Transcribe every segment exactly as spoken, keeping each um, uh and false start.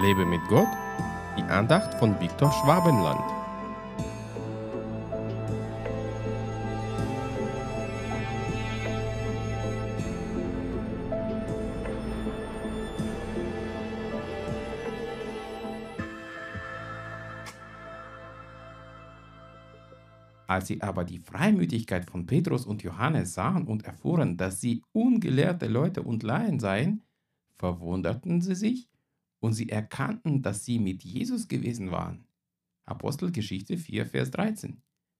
Lebe mit Gott, die Andacht von Viktor Schwabenland. Als sie aber die Freimütigkeit von Petrus und Johannes sahen und erfuhren, dass sie ungelehrte Leute und Laien seien, verwunderten sie sich und sie erkannten, dass sie mit Jesus gewesen waren. Apostelgeschichte vier, Vers dreizehn.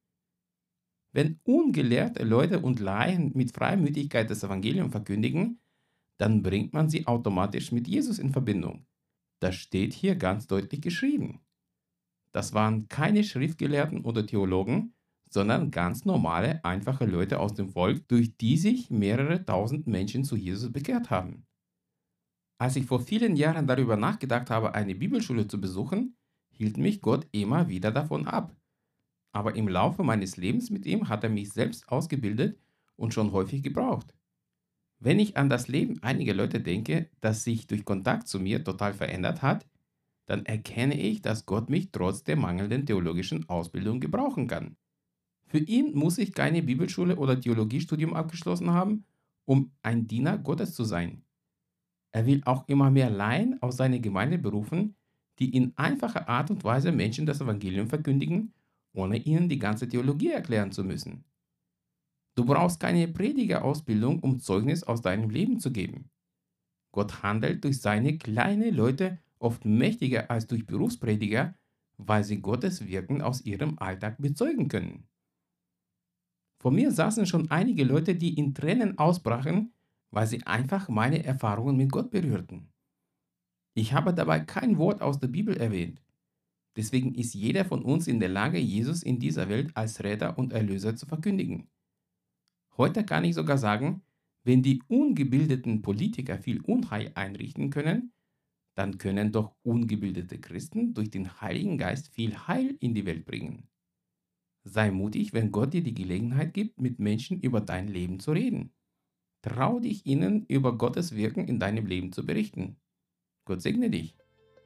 Wenn ungelehrte Leute und Laien mit Freimütigkeit das Evangelium verkündigen, dann bringt man sie automatisch mit Jesus in Verbindung. Das steht hier ganz deutlich geschrieben. Das waren keine Schriftgelehrten oder Theologen, sondern ganz normale, einfache Leute aus dem Volk, durch die sich mehrere tausend Menschen zu Jesus bekehrt haben. Als ich vor vielen Jahren darüber nachgedacht habe, eine Bibelschule zu besuchen, hielt mich Gott immer wieder davon ab. Aber im Laufe meines Lebens mit ihm hat er mich selbst ausgebildet und schon häufig gebraucht. Wenn ich an das Leben einiger Leute denke, das sich durch Kontakt zu mir total verändert hat, dann erkenne ich, dass Gott mich trotz der mangelnden theologischen Ausbildung gebrauchen kann. Für ihn muss ich keine Bibelschule oder Theologiestudium abgeschlossen haben, um ein Diener Gottes zu sein. Er will auch immer mehr Laien aus seiner Gemeinde berufen, die in einfacher Art und Weise Menschen das Evangelium verkündigen, ohne ihnen die ganze Theologie erklären zu müssen. Du brauchst keine Predigerausbildung, um Zeugnis aus deinem Leben zu geben. Gott handelt durch seine kleinen Leute oft mächtiger als durch Berufsprediger, weil sie Gottes Wirken aus ihrem Alltag bezeugen können. Vor mir saßen schon einige Leute, die in Tränen ausbrachen, weil sie einfach meine Erfahrungen mit Gott berührten. Ich habe dabei kein Wort aus der Bibel erwähnt. Deswegen ist jeder von uns in der Lage, Jesus in dieser Welt als Retter und Erlöser zu verkündigen. Heute kann ich sogar sagen, wenn die ungebildeten Politiker viel Unheil einrichten können, dann können doch ungebildete Christen durch den Heiligen Geist viel Heil in die Welt bringen. Sei mutig, wenn Gott dir die Gelegenheit gibt, mit Menschen über dein Leben zu reden. Trau dich ihnen, über Gottes Wirken in deinem Leben zu berichten. Gott segne dich.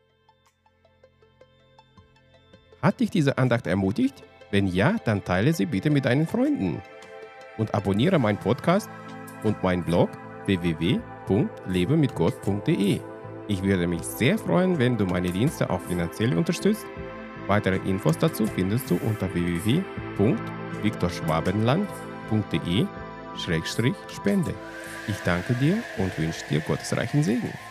Hat dich diese Andacht ermutigt? Wenn ja, dann teile sie bitte mit deinen Freunden. Und abonniere meinen Podcast und meinen Blog w w w punkt lebe mit gott punkt de. Ich würde mich sehr freuen, wenn du meine Dienste auch finanziell unterstützt. Weitere Infos dazu findest du unter w w w punkt viktor schwabenland punkt de Schrägstrich Spende. Ich danke dir und wünsche dir gottesreichen Segen.